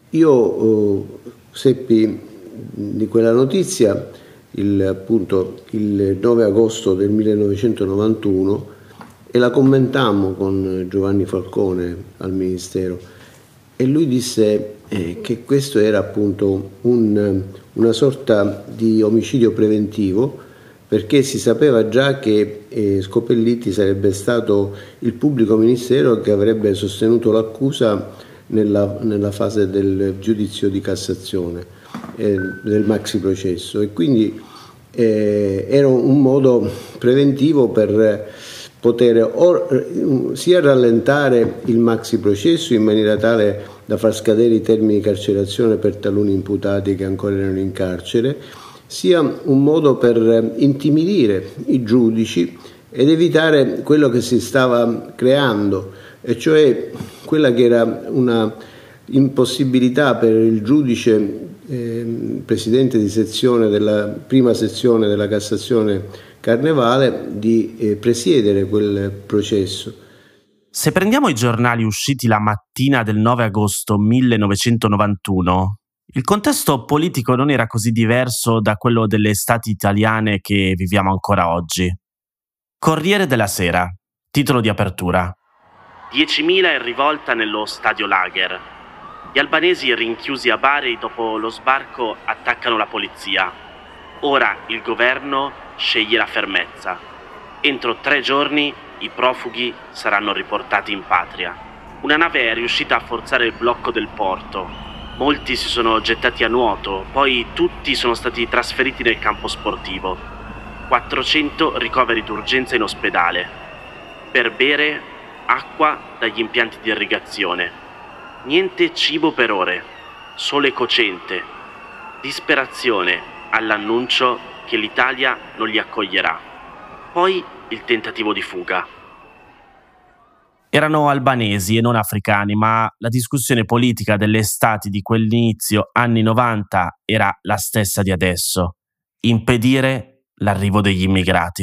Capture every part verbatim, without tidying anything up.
io eh, seppi di quella notizia il, appunto, il nove agosto del millenovecentonovantuno e la commentammo con Giovanni Falcone al Ministero, e lui disse eh, che questo era appunto un, una sorta di omicidio preventivo, perché si sapeva già che eh, Scopelliti sarebbe stato il pubblico ministero che avrebbe sostenuto l'accusa nella, nella fase del giudizio di Cassazione, eh, del maxi processo, e quindi eh, era un modo preventivo per poter or, sia rallentare il maxi processo in maniera tale da far scadere i termini di carcerazione per taluni imputati che ancora erano in carcere, sia un modo per intimidire i giudici ed evitare quello che si stava creando, e cioè quella che era una impossibilità per il giudice eh, presidente di sezione della prima sezione della Cassazione Carnevale di eh, presiedere quel processo. Se prendiamo i giornali usciti la mattina del nove agosto millenovecentonovantuno, il contesto politico non era così diverso da quello delle estati italiane che viviamo ancora oggi. Corriere della Sera, titolo di apertura. diecimila in rivolta nello stadio Lager. Gli albanesi rinchiusi a Bari dopo lo sbarco attaccano la polizia. Ora il governo sceglie la fermezza. Entro tre giorni i profughi saranno riportati in patria. Una nave è riuscita a forzare il blocco del porto. Molti si sono gettati a nuoto, poi tutti sono stati trasferiti nel campo sportivo. quattrocento ricoveri d'urgenza in ospedale. Per bere, acqua dagli impianti di irrigazione. Niente cibo per ore, sole cocente. Disperazione all'annuncio che l'Italia non li accoglierà. Poi il tentativo di fuga. Erano albanesi e non africani, ma la discussione politica delle estati di quell'inizio anni novanta era la stessa di adesso: impedire l'arrivo degli immigrati.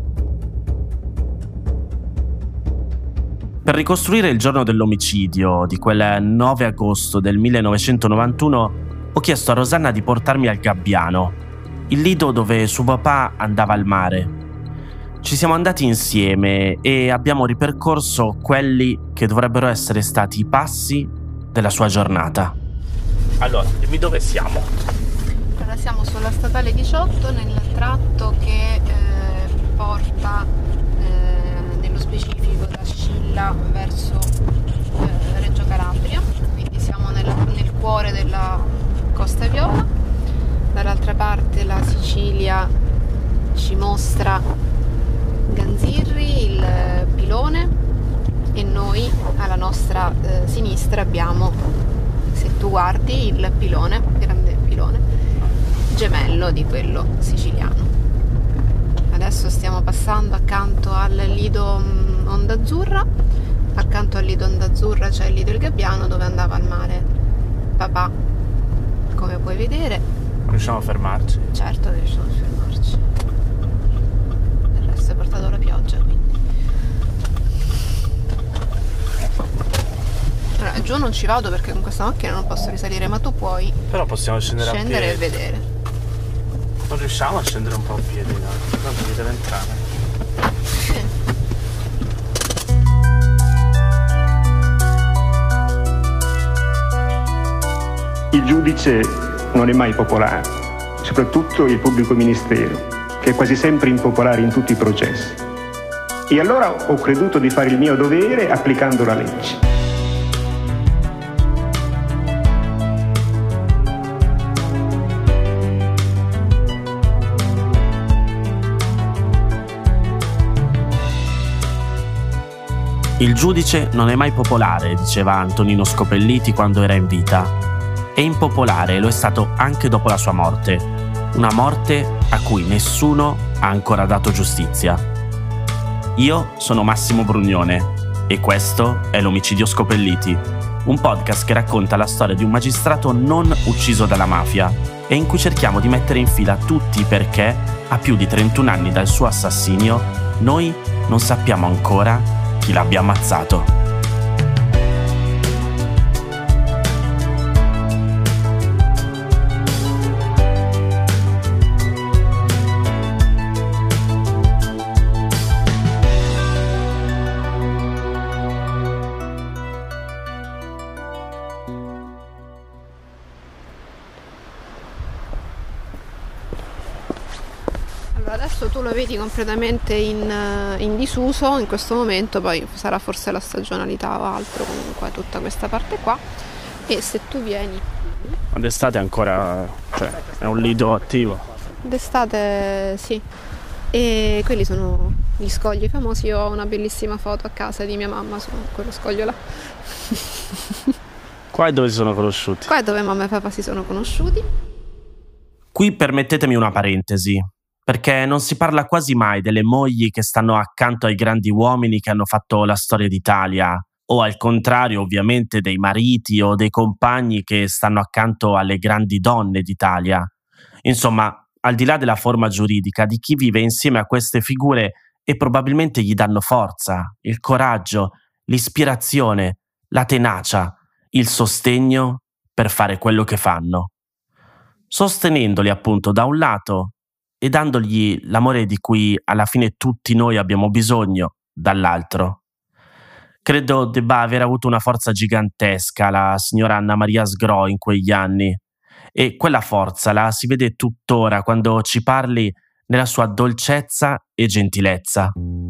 Per ricostruire il giorno dell'omicidio di quel nove agosto del millenovecentonovantuno ho chiesto a Rosanna di portarmi al Gabbiano, il lido dove suo papà andava al mare. Ci siamo andati insieme e abbiamo ripercorso quelli che dovrebbero essere stati i passi della sua giornata. Allora, dimmi dove siamo. Allora, siamo sulla statale diciotto, nel tratto che eh, porta eh, nello specifico da Scilla verso eh, Reggio Calabria, quindi siamo nel, nel cuore della Costa Viola. Dall'altra parte la Sicilia ci mostra Ganzirri, il pilone, e noi alla nostra eh, sinistra abbiamo, se tu guardi, il pilone, grande pilone, gemello di quello siciliano. Adesso stiamo passando accanto al lido mh, Onda Azzurra. Accanto al lido Onda Azzurra c'è il lido Il Gabbiano, dove andava al mare papà, come puoi vedere. Riusciamo a fermarci? Certo che riusciamo a fermarci. È portato la pioggia, quindi allora, giù non ci vado perché con questa macchina non posso risalire, ma tu puoi. Però possiamo scendere, scendere a piedi e vedere. Non riusciamo a scendere un po' a piedi, no? Non mi deve entrare. Il giudice non è mai popolare, soprattutto il pubblico ministero, che è quasi sempre impopolare in tutti i processi. E allora ho creduto di fare il mio dovere applicando la legge. Il giudice non è mai popolare, diceva Antonino Scopelliti quando era in vita. È impopolare e lo è stato anche dopo la sua morte. Una morte a cui nessuno ha ancora dato giustizia. Io sono Massimo Brugnone e questo è l'Omicidio Scopelliti, un podcast che racconta la storia di un magistrato non ucciso dalla mafia e in cui cerchiamo di mettere in fila tutti i perché, a più di trentuno anni dal suo assassinio, noi non sappiamo ancora chi l'abbia ammazzato. adesso tu lo vedi completamente in, in disuso in questo momento, poi sarà forse la stagionalità o altro, comunque tutta questa parte qua. E se tu vieni... D'estate ancora, cioè, è un lido attivo. D'estate sì. E quelli sono gli scogli famosi. Io ho una bellissima foto a casa di mia mamma su quello scoglio là. Qua è dove si sono conosciuti. Qua è dove mamma e papà si sono conosciuti. Qui permettetemi una parentesi, perché non si parla quasi mai delle mogli che stanno accanto ai grandi uomini che hanno fatto la storia d'Italia, o al contrario ovviamente dei mariti o dei compagni che stanno accanto alle grandi donne d'Italia. Insomma, al di là della forma giuridica, di chi vive insieme a queste figure e probabilmente gli danno forza, il coraggio, l'ispirazione, la tenacia, il sostegno per fare quello che fanno. Sostenendoli appunto da un lato e dandogli l'amore di cui alla fine tutti noi abbiamo bisogno dall'altro. Credo debba aver avuto una forza gigantesca la signora Anna Maria Sgro in quegli anni, e quella forza la si vede tuttora quando ci parli nella sua dolcezza e gentilezza.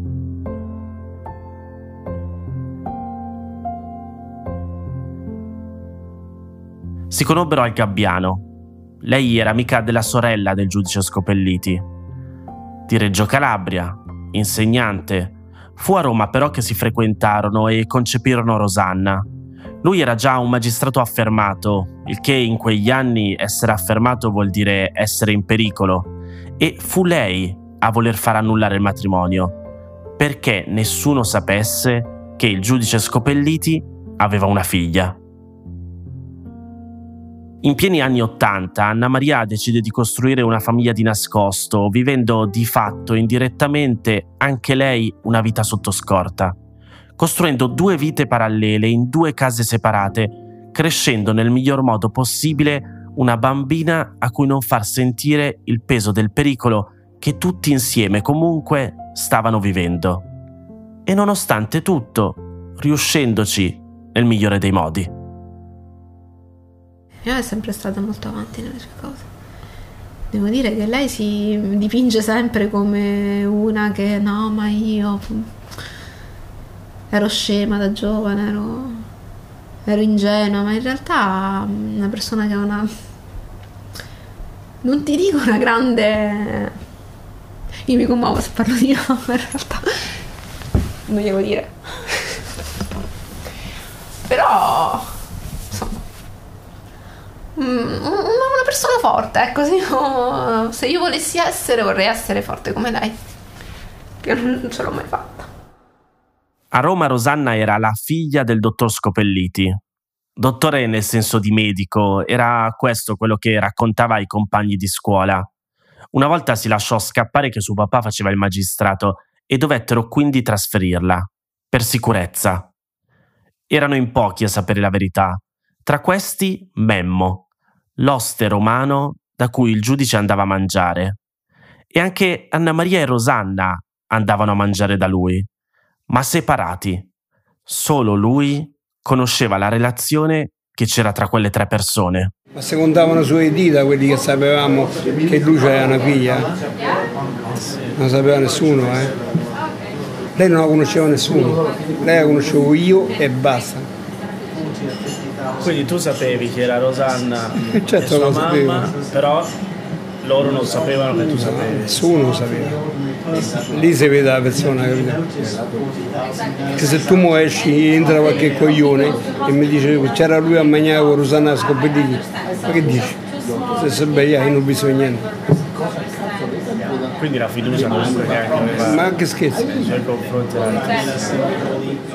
Si conobbero al Gabbiano. Lei era amica della sorella del giudice Scopelliti. Di Reggio Calabria, insegnante. Fu a Roma però che si frequentarono e concepirono Rosanna. Lui era già un magistrato affermato, il che in quegli anni essere affermato vuol dire essere in pericolo, e fu lei a voler far annullare il matrimonio, perché nessuno sapesse che il giudice Scopelliti aveva una figlia. In pieni anni Ottanta, Anna Maria decide di costruire una famiglia di nascosto, vivendo di fatto indirettamente anche lei una vita sotto scorta, costruendo due vite parallele in due case separate, crescendo nel miglior modo possibile una bambina a cui non far sentire il peso del pericolo che tutti insieme comunque stavano vivendo. E nonostante tutto, riuscendoci nel migliore dei modi. È sempre stata molto avanti nelle sue cose. Devo dire che lei si dipinge sempre come una che no, ma io ero scema da giovane, ero, ero ingenua, ma in realtà una persona che ha una, non ti dico una grande, io mi commuovo se parlo di no, ma in realtà non glielo dire. Però insomma una persona forte, ecco, se io, se io volessi essere, vorrei essere forte come lei, che non ce l'ho mai fatta. A Roma Rosanna era la figlia del dottor Scopelliti. Dottore nel senso di medico, era questo quello che raccontava ai compagni di scuola. Una volta si lasciò scappare che suo papà faceva il magistrato e dovettero quindi trasferirla, per sicurezza. Erano in pochi a sapere la verità, tra questi Memmo, l'oste romano da cui il giudice andava a mangiare. E anche Anna Maria e Rosanna andavano a mangiare da lui, ma separati. Solo lui conosceva la relazione che c'era tra quelle tre persone. Ma se contavano sulle dita quelli che sapevamo che lui aveva una figlia? Non sapeva nessuno, eh? Lei non la conosceva nessuno, lei la conoscevo io e basta. Quindi tu sapevi che era Rosanna certo e sua lo mamma, sapevo. però loro non sapevano che tu sapevi. Nessuno lo sapeva. Lì si vede la persona, capito? Che se tu mo esci, entra qualche coglione e mi dice c'era lui a mangiare con Rosanna Scopelliti, ma che dici? Se sei bella io non ho bisogno di niente. Quindi la fiducia comunque neanche aveva. Ma che scherzi? Nei confronti della...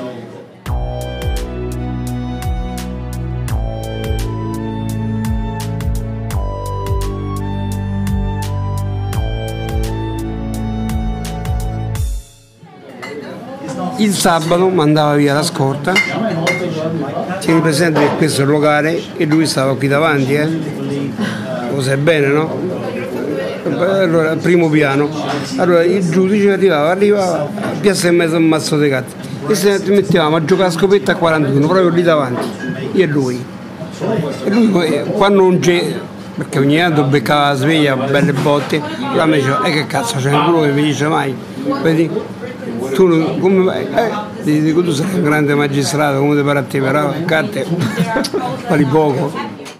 Il sabato mandava via la scorta, tieni presente che questo è il locale e lui stava qui davanti, eh? Lo sai bene, no? Allora, primo piano, allora il giudice arrivava, arrivava, piazza in mezzo a un mazzo di carte e se mettevamo a giocare a scopetta a quarantuno, proprio lì davanti, io e lui. E lui quando non c'è, perché ogni tanto beccava la sveglia, belle botte, allora mi diceva, e che cazzo c'è un culo che mi dice mai, vedi, tu non, come vai? Eh, gli dico, tu sei un grande magistrato, come ti pare a te, però a carte vali poco.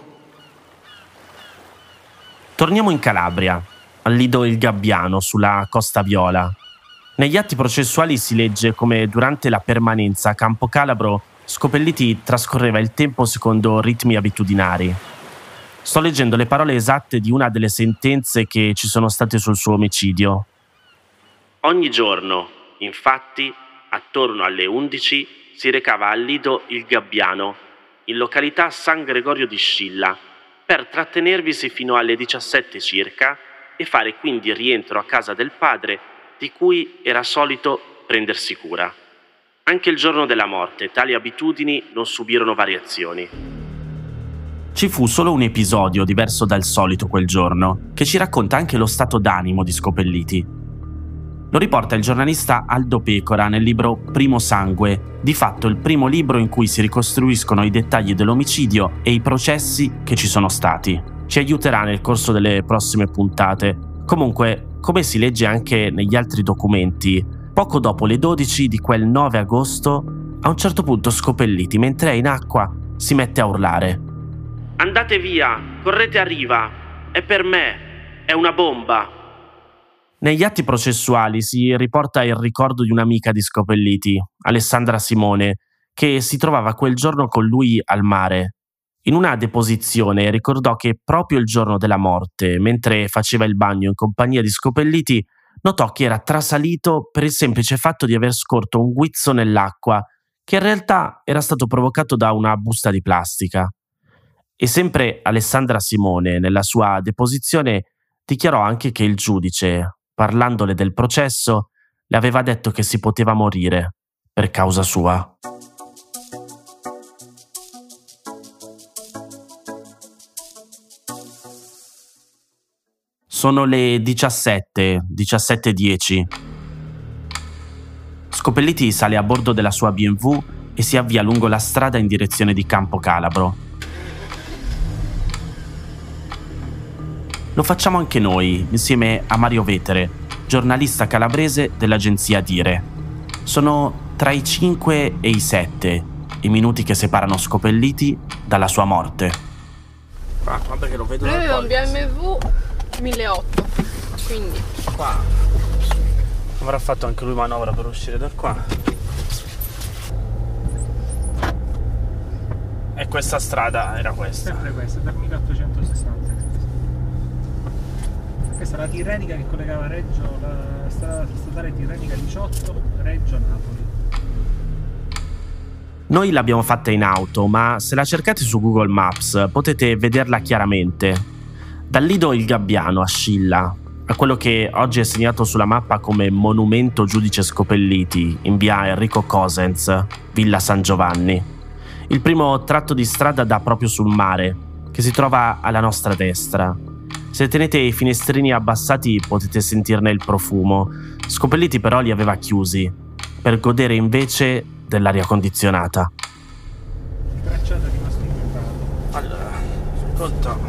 Torniamo in Calabria, al lido Il Gabbiano, sulla Costa Viola. Negli atti processuali si legge come durante la permanenza a Campo Calabro Scopelliti trascorreva il tempo secondo ritmi abitudinari. Sto leggendo le parole esatte di una delle sentenze che ci sono state sul suo omicidio. Ogni giorno, infatti, attorno alle undici, si recava al lido Il Gabbiano, in località San Gregorio di Scilla, per trattenervisi fino alle diciassette circa e fare quindi rientro a casa del padre, di cui era solito prendersi cura. Anche il giorno della morte tali abitudini non subirono variazioni. Ci fu solo un episodio diverso dal solito quel giorno, che ci racconta anche lo stato d'animo di Scopelliti. Lo riporta il giornalista Aldo Pecora nel libro Primo Sangue, di fatto il primo libro in cui si ricostruiscono i dettagli dell'omicidio e i processi che ci sono stati. Ci aiuterà nel corso delle prossime puntate. Comunque, come si legge anche negli altri documenti, poco dopo le dodici di quel nove agosto, a un certo punto Scopelliti, mentre è in acqua, si mette a urlare. «Andate via, correte a riva, è per me, è una bomba!» Negli atti processuali si riporta il ricordo di un'amica di Scopelliti, Alessandra Simone, che si trovava quel giorno con lui al mare. In una deposizione ricordò che proprio il giorno della morte, mentre faceva il bagno in compagnia di Scopelliti, notò che era trasalito per il semplice fatto di aver scorto un guizzo nell'acqua, che in realtà era stato provocato da una busta di plastica. E sempre Alessandra Simone, nella sua deposizione, dichiarò anche che il giudice, parlandole del processo, le aveva detto che si poteva morire per causa sua. Sono le diciassette, diciassette e dieci. Scopelliti sale a bordo della sua B M W e si avvia lungo la strada in direzione di Campo Calabro. Lo facciamo anche noi, insieme a Mario Vetere, giornalista calabrese dell'agenzia Dire. Sono tra i cinque e i sette i minuti che separano Scopelliti dalla sua morte. Ah, vabbè che lo vedo. Lui aveva un B M W milleottocento, quindi qua avrà fatto anche lui manovra per uscire da qua. E questa strada era questa. Sempre questa, dal milleottocentosessanta. Questa è la Tirrenica che collegava Reggio, la strada statale Tirrenica diciotto, Reggio Napoli. Noi l'abbiamo fatta in auto, ma se la cercate su Google Maps potete vederla chiaramente. Dal lido Il Gabbiano a Scilla, a quello che oggi è segnato sulla mappa come Monumento Giudice Scopelliti, in via Enrico Cosens, Villa San Giovanni. Il primo tratto di strada dà proprio sul mare, che si trova alla nostra destra. Se tenete i finestrini abbassati potete sentirne il profumo. Scopelliti però li aveva chiusi, per godere invece dell'aria condizionata. Il tracciato è rimasto incontrato. Allora, conto.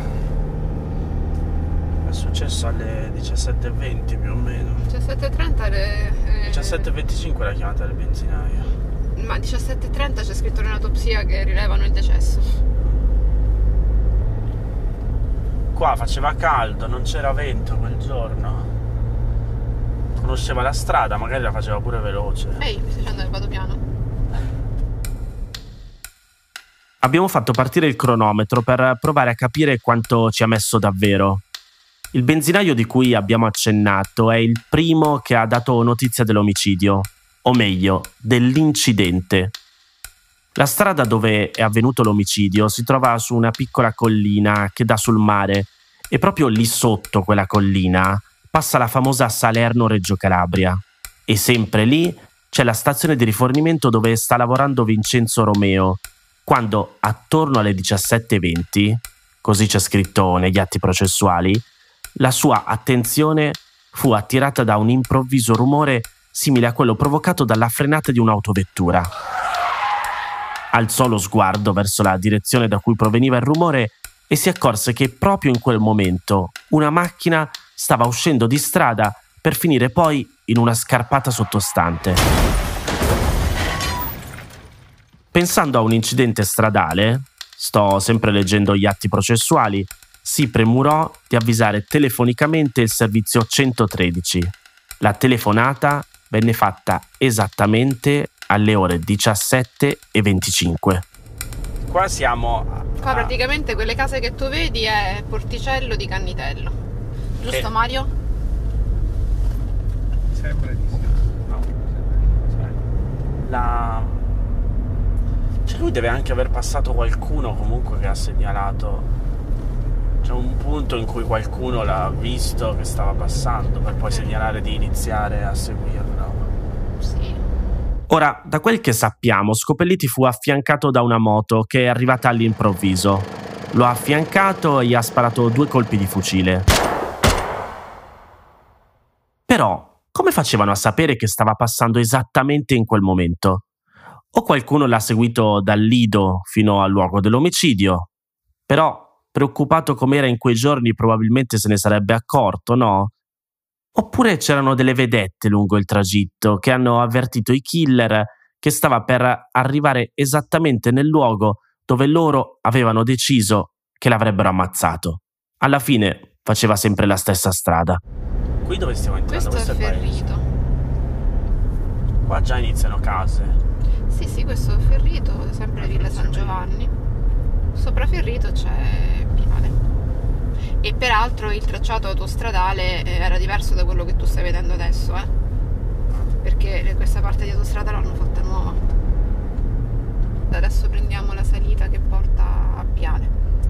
È successo alle diciassette e venti più o meno. diciassette e trenta le, eh, diciassette e venticinque la chiamata del benzinaio. ma diciassette e trenta c'è scritto nell'autopsia che rilevano il decesso. Qua faceva caldo, non c'era vento quel giorno. Conosceva la strada, magari la faceva pure veloce. Ehi, mi stai dicendo che vado piano? Abbiamo fatto partire il cronometro per provare a capire quanto ci ha messo davvero. Il benzinaio di cui abbiamo accennato è il primo che ha dato notizia dell'omicidio, o meglio, dell'incidente. La strada dove è avvenuto l'omicidio si trova su una piccola collina che dà sul mare e proprio lì sotto quella collina passa la famosa Salerno-Reggio Calabria. E sempre lì c'è la stazione di rifornimento dove sta lavorando Vincenzo Romeo, quando attorno alle diciassette e venti, così c'è scritto negli atti processuali, la sua attenzione fu attirata da un improvviso rumore simile a quello provocato dalla frenata di un'autovettura. Alzò lo sguardo verso la direzione da cui proveniva il rumore e si accorse che proprio in quel momento una macchina stava uscendo di strada per finire poi in una scarpata sottostante. Pensando a un incidente stradale, sto sempre leggendo gli atti processuali, si premurò di avvisare telefonicamente il servizio centotredici. La telefonata venne fatta esattamente alle ore diciassette e venticinque. Qua siamo a... Qua praticamente quelle case che tu vedi è Porticello di Cannitello. Giusto, Che... Mario? Sembra di sì. No, sembra di sì. La... Cioè lui deve anche aver passato qualcuno comunque che ha segnalato. C'è un punto in cui qualcuno l'ha visto che stava passando per poi segnalare di iniziare a seguirlo. Sì. Ora, da quel che sappiamo, Scopelliti fu affiancato da una moto che è arrivata all'improvviso. Lo ha affiancato e gli ha sparato due colpi di fucile. Però, come facevano a sapere che stava passando esattamente in quel momento? O qualcuno l'ha seguito dal lido fino al luogo dell'omicidio? Però, preoccupato com'era in quei giorni, probabilmente se ne sarebbe accorto, no? Oppure c'erano delle vedette lungo il tragitto che hanno avvertito i killer che stava per arrivare esattamente nel luogo dove loro avevano deciso che l'avrebbero ammazzato. Alla fine faceva sempre la stessa strada. Qui dove stiamo entrando? Questo, questo è Ferrito. Paese. Qua già iniziano case. Sì, sì, questo è Ferrito, sempre Villa San Giovanni. Sopra Ferrito c'è Piale. E peraltro il tracciato autostradale era diverso da quello che tu stai vedendo adesso, eh? Perché questa parte di autostrada l'hanno fatta nuova. Da adesso prendiamo la salita che porta a Piale.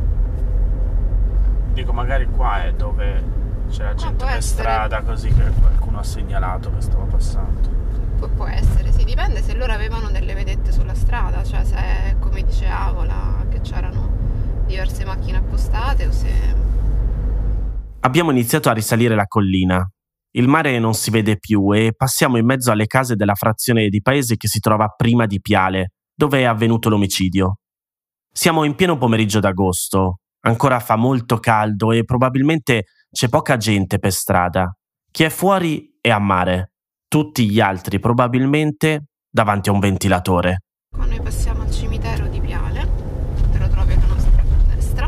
Dico, magari qua è dove c'è la gente per strada, così che qualcuno ha segnalato che stava passando. Pu- può essere, sì, dipende se loro avevano delle vedette sulla strada, cioè se, come dice Avola, che c'erano diverse macchine appostate o se... Abbiamo iniziato a risalire la collina. Il mare non si vede più e passiamo in mezzo alle case della frazione di paese che si trova prima di Piale, dove è avvenuto l'omicidio. Siamo in pieno pomeriggio d'agosto, ancora fa molto caldo e probabilmente c'è poca gente per strada. Chi è fuori è a mare, tutti gli altri probabilmente davanti a un ventilatore. Qua noi passiamo al cimitero di Piale, te lo trovi alla nostra destra.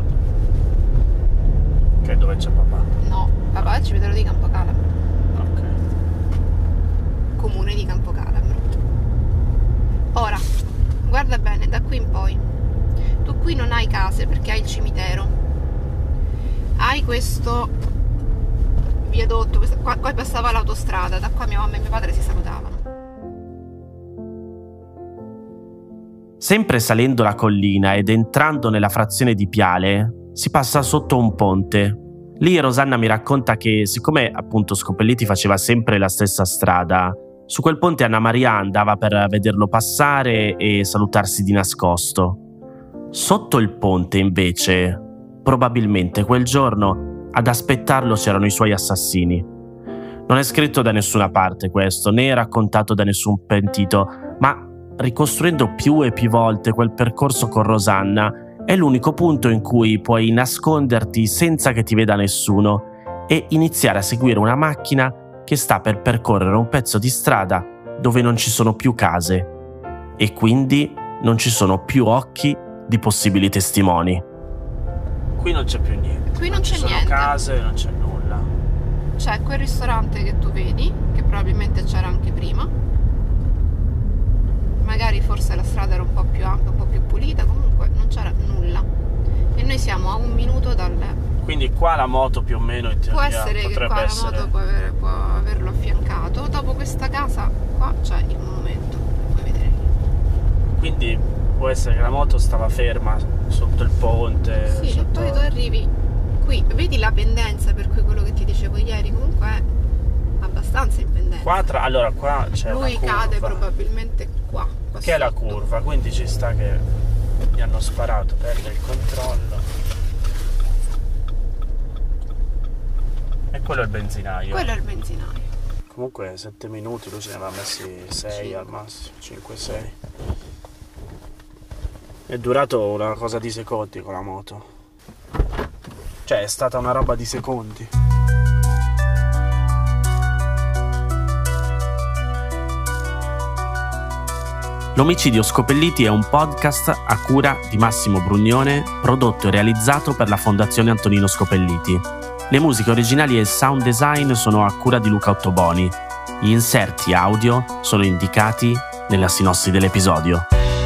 Che dove c'è papà? No, papà è il cimitero di Campocalabro. Ok. Comune di Campocalabro. Ora, guarda bene, da qui in poi. Tu qui non hai case perché hai il cimitero. Hai questo viadotto, questo, qua, qua passava l'autostrada, da qua mia mamma e mio padre si salutavano. Sempre salendo la collina ed entrando nella frazione di Piale, si passa sotto un ponte. Lì Rosanna mi racconta che, siccome appunto Scopelliti faceva sempre la stessa strada, su quel ponte Anna Maria andava per vederlo passare e salutarsi di nascosto. Sotto il ponte, invece, probabilmente quel giorno ad aspettarlo c'erano i suoi assassini. Non è scritto da nessuna parte questo, né raccontato da nessun pentito, ma ricostruendo più e più volte quel percorso con Rosanna, è l'unico punto in cui puoi nasconderti senza che ti veda nessuno e iniziare a seguire una macchina che sta per percorrere un pezzo di strada dove non ci sono più case e quindi non ci sono più occhi di possibili testimoni. Qui non c'è più niente. Qui non, non c'è ci sono niente. Case, non c'è nulla. C'è quel ristorante che tu vedi, che probabilmente c'era anche prima. Magari forse la strada era un po' più ampia, un po' più pulita, comunque non c'era nulla. E noi siamo a un minuto dal... Quindi qua la moto più o meno in teoria può essere che qua essere... la moto può, aver, può averlo affiancato. Dopo questa casa qua c'è il monumento, puoi vedere. Quindi può essere che la moto stava ferma sotto il ponte. Sì, sotto... e poi tu arrivi qui, vedi la pendenza, per cui quello che ti dicevo ieri comunque è abbastanza in pendenza. Qua tra... Allora qua c'è lui una curva. Cade probabilmente qua. qua che è la sotto. curva, quindi ci sta che gli hanno sparato, perde il controllo. E quello è il benzinaio. Quello è il benzinaio. Comunque sette minuti, lui ce ne aveva messi sei al massimo, cinque sei. È durato una cosa di secondi con la moto. Cioè, è stata una roba di secondi. L'omicidio Scopelliti è un podcast a cura di Massimo Brugnone, prodotto e realizzato per la Fondazione Antonino Scopelliti. Le musiche originali e il sound design sono a cura di Luca Ottoboni. Gli inserti audio sono indicati nella sinossi dell'episodio.